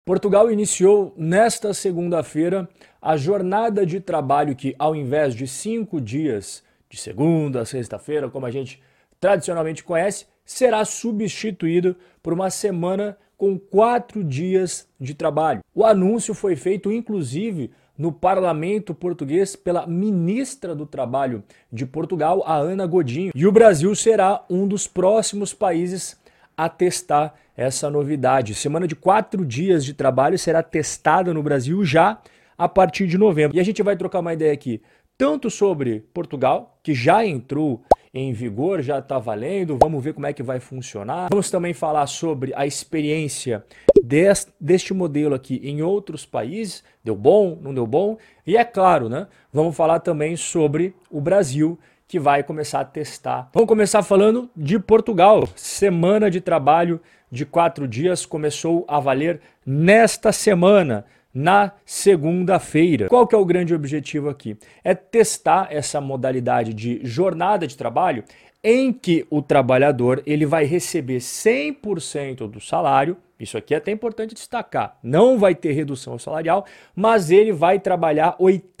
Portugal iniciou nesta segunda-feira a jornada de trabalho que, ao invés de 5 dias, de segunda a sexta-feira, como a gente tradicionalmente conhece, será substituído por uma semana com 4 dias de trabalho. O anúncio foi feito, inclusive, no parlamento português pela ministra do Trabalho de Portugal, a Ana Godinho. E o Brasil será um dos próximos países a testar essa novidade. Semana de 4 dias de trabalho será testada no Brasil já a partir de novembro. E a gente vai trocar uma ideia aqui, tanto sobre Portugal, que já entrou em vigor, já está valendo, vamos ver como é que vai funcionar. Vamos também falar sobre a experiência deste modelo aqui em outros países, deu bom, não deu bom, e é claro, né? Vamos falar também sobre o Brasil, que vai começar a testar. Vamos começar falando de Portugal. Semana de trabalho de 4 dias começou a valer nesta semana, na segunda-feira. Qual que é o grande objetivo aqui? É testar essa modalidade de jornada de trabalho em que o trabalhador ele vai receber 100% do salário. Isso aqui é até importante destacar. Não vai ter redução salarial, mas ele vai trabalhar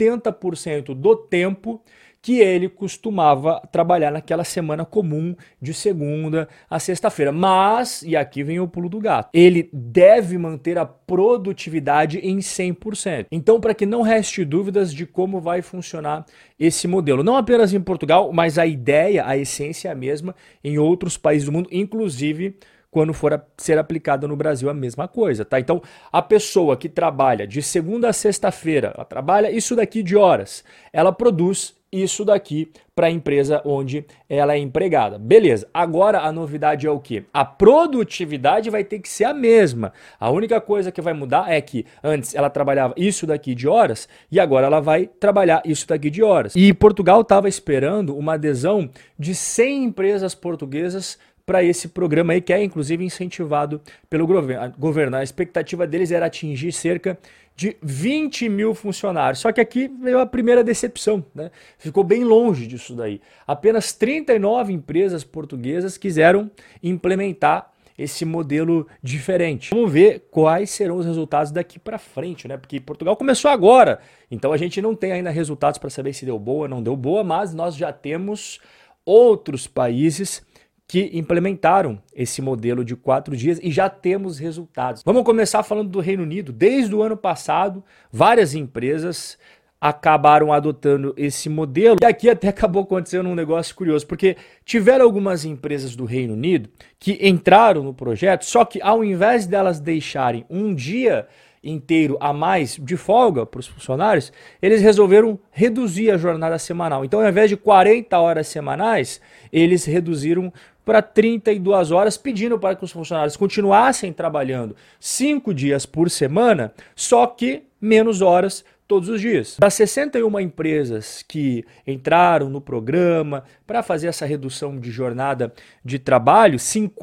80% do tempo que ele costumava trabalhar naquela semana comum de segunda a sexta-feira. Mas, e aqui vem o pulo do gato, ele deve manter a produtividade em 100%. Então, para que não reste dúvidas de como vai funcionar esse modelo, não apenas em Portugal, mas a ideia, a essência é a mesma em outros países do mundo, inclusive quando for ser aplicada no Brasil a mesma coisa, tá? Então, a pessoa que trabalha de segunda a sexta-feira, ela trabalha isso daqui de horas, ela produz isso daqui para a empresa onde ela é empregada. Beleza, agora a novidade é o quê? A produtividade vai ter que ser a mesma. A única coisa que vai mudar é que antes ela trabalhava isso daqui de horas e agora ela vai trabalhar isso daqui de horas. E Portugal estava esperando uma adesão de 100 empresas portuguesas para esse programa aí, que é inclusive incentivado pelo governo. A expectativa deles era atingir cerca de 20 mil funcionários. Só que aqui veio a primeira decepção, né? Ficou bem longe disso daí. Apenas 39 empresas portuguesas quiseram implementar esse modelo diferente. Vamos ver quais serão os resultados daqui para frente, né? Porque Portugal começou agora, então a gente não tem ainda resultados para saber se deu boa ou não deu boa, mas nós já temos outros países que implementaram esse modelo de 4 dias e já temos resultados. Vamos começar falando do Reino Unido. Desde o ano passado, várias empresas acabaram adotando esse modelo. E aqui até acabou acontecendo um negócio curioso, porque tiveram algumas empresas do Reino Unido que entraram no projeto, só que ao invés delas deixarem um dia inteiro a mais de folga para os funcionários, eles resolveram reduzir a jornada semanal. Então, ao invés de 40 horas semanais, eles reduziram para 32 horas, pedindo para que os funcionários continuassem trabalhando 5 dias por semana, só que menos horas todos os dias. Das 61 empresas que entraram no programa para fazer essa redução de jornada de trabalho,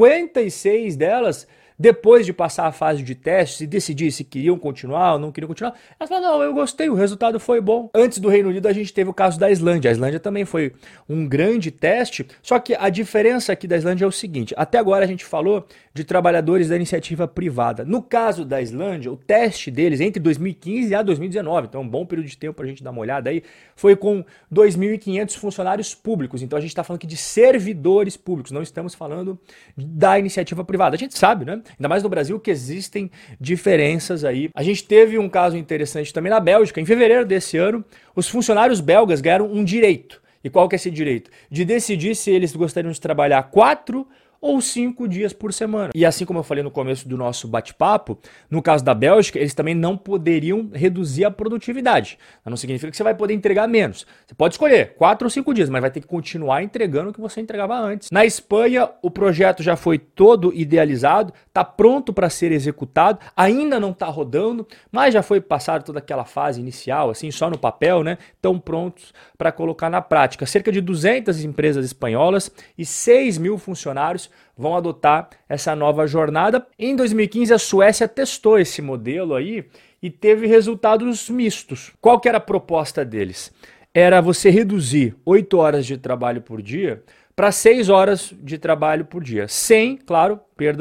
56 delas, depois de passar a fase de testes e decidir se queriam continuar ou não queriam continuar, elas falaram, não, eu gostei, o resultado foi bom. Antes do Reino Unido a gente teve o caso da Islândia. A Islândia também foi um grande teste, só que a diferença aqui da Islândia é o seguinte, até agora a gente falou de trabalhadores da iniciativa privada. No caso da Islândia, o teste deles entre 2015 a 2019, então um bom período de tempo para a gente dar uma olhada aí, foi com 2.500 funcionários públicos. Então a gente está falando aqui de servidores públicos, não estamos falando da iniciativa privada. A gente sabe, né? Ainda mais no Brasil, que existem diferenças aí. A gente teve um caso interessante também na Bélgica. Em fevereiro desse ano, os funcionários belgas ganharam um direito. E qual que é esse direito? De decidir se eles gostariam de trabalhar 4 ou 5 dias por semana. E assim como eu falei no começo do nosso bate-papo, no caso da Bélgica, eles também não poderiam reduzir a produtividade. Não significa que você vai poder entregar menos. Você pode escolher 4 ou 5 dias, mas vai ter que continuar entregando o que você entregava antes. Na Espanha, o projeto já foi todo idealizado, está pronto para ser executado, ainda não está rodando, mas já foi passado toda aquela fase inicial, assim, só no papel, né? Estão prontos para colocar na prática. Cerca de 200 empresas espanholas e 6 mil funcionários vão adotar essa nova jornada. Em 2015, a Suécia testou esse modelo aí e teve resultados mistos. Qual que era a proposta deles? Era você reduzir 8 horas de trabalho por dia para 6 horas de trabalho por dia, sem, claro, perda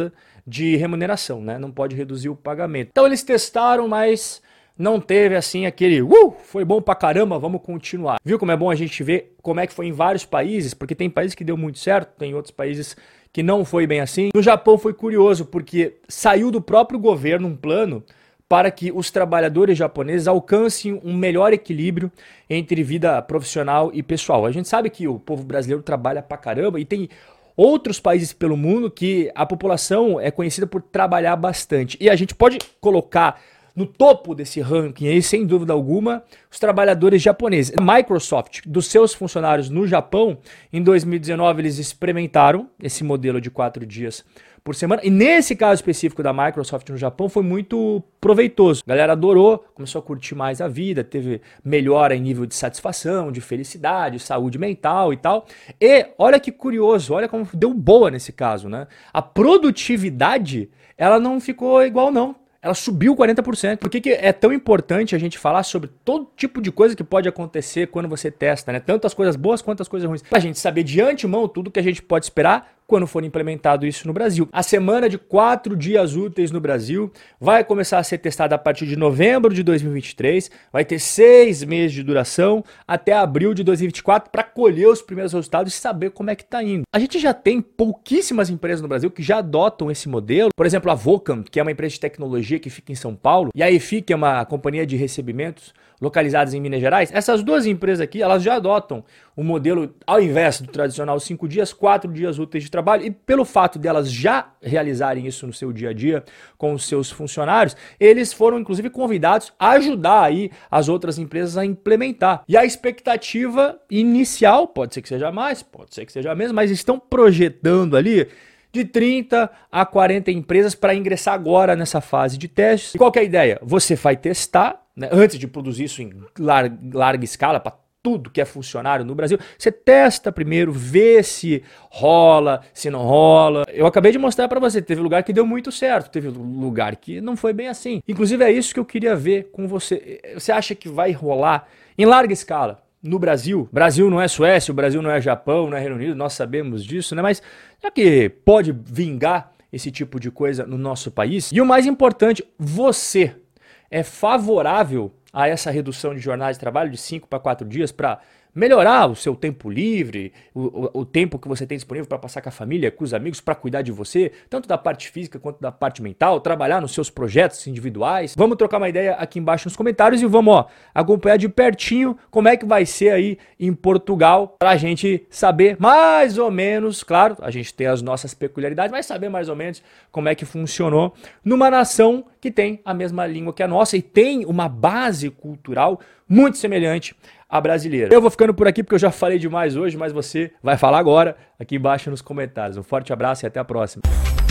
de remuneração, né? Não pode reduzir o pagamento. Então eles testaram, mas não teve assim aquele foi bom pra caramba, vamos continuar. Viu como é bom a gente ver como é que foi em vários países? Porque tem países que deu muito certo, tem outros países que não foi bem assim. No Japão foi curioso, porque saiu do próprio governo um plano para que os trabalhadores japoneses alcancem um melhor equilíbrio entre vida profissional e pessoal. A gente sabe que o povo brasileiro trabalha pra caramba e tem outros países pelo mundo que a população é conhecida por trabalhar bastante. E a gente pode colocar no topo desse ranking aí, sem dúvida alguma, os trabalhadores japoneses. A Microsoft, dos seus funcionários no Japão, em 2019 eles experimentaram esse modelo de 4 dias por semana. E nesse caso específico da Microsoft no Japão foi muito proveitoso. A galera adorou, começou a curtir mais a vida, teve melhora em nível de satisfação, de felicidade, saúde mental e tal. E olha que curioso, olha como deu boa nesse caso, né? A produtividade, ela não ficou igual não. Ela subiu 40%. Por que é tão importante a gente falar sobre todo tipo de coisa que pode acontecer quando você testa, né? Tanto as coisas boas quanto as coisas ruins. Pra gente saber de antemão tudo que a gente pode esperar quando for implementado isso no Brasil. A semana de 4 dias úteis no Brasil vai começar a ser testada a partir de novembro de 2023, vai ter 6 meses de duração até abril de 2024 para colher os primeiros resultados e saber como é que está indo. A gente já tem pouquíssimas empresas no Brasil que já adotam esse modelo. Por exemplo, a Vocam, que é uma empresa de tecnologia que fica em São Paulo, e a EFI, que é uma companhia de recebimentos localizadas em Minas Gerais. Essas duas empresas aqui, elas já adotam o modelo, ao invés do tradicional 5 dias, 4 dias úteis de trabalho. E pelo fato de elas já realizarem isso no seu dia a dia com os seus funcionários, eles foram inclusive convidados a ajudar aí as outras empresas a implementar. E a expectativa inicial, pode ser que seja mais, pode ser que seja menos, mas estão projetando ali de 30 a 40 empresas para ingressar agora nessa fase de testes. E qual que é a ideia? Você vai testar, né, antes de produzir isso em larga escala para tudo que é funcionário no Brasil, você testa primeiro, vê se rola, se não rola. Eu acabei de mostrar para você, teve lugar que deu muito certo, teve lugar que não foi bem assim. Inclusive é isso que eu queria ver com você. Você acha que vai rolar em larga escala no Brasil? Brasil não é Suécia, o Brasil não é Japão, não é Reino Unido, nós sabemos disso, né? Mas já que pode vingar esse tipo de coisa no nosso país? E o mais importante, você é favorável a essa redução de jornada de trabalho de 5 para 4 dias para melhorar o seu tempo livre, o tempo que você tem disponível para passar com a família, com os amigos, para cuidar de você, tanto da parte física quanto da parte mental, trabalhar nos seus projetos individuais? Vamos trocar uma ideia aqui embaixo nos comentários e vamos acompanhar de pertinho como é que vai ser aí em Portugal, para a gente saber mais ou menos, claro, a gente tem as nossas peculiaridades, mas saber mais ou menos como é que funcionou numa nação que tem a mesma língua que a nossa e tem uma base cultural muito semelhante à brasileira. Eu vou ficando por aqui porque eu já falei demais hoje, mas você vai falar agora aqui embaixo nos comentários. Um forte abraço e até a próxima.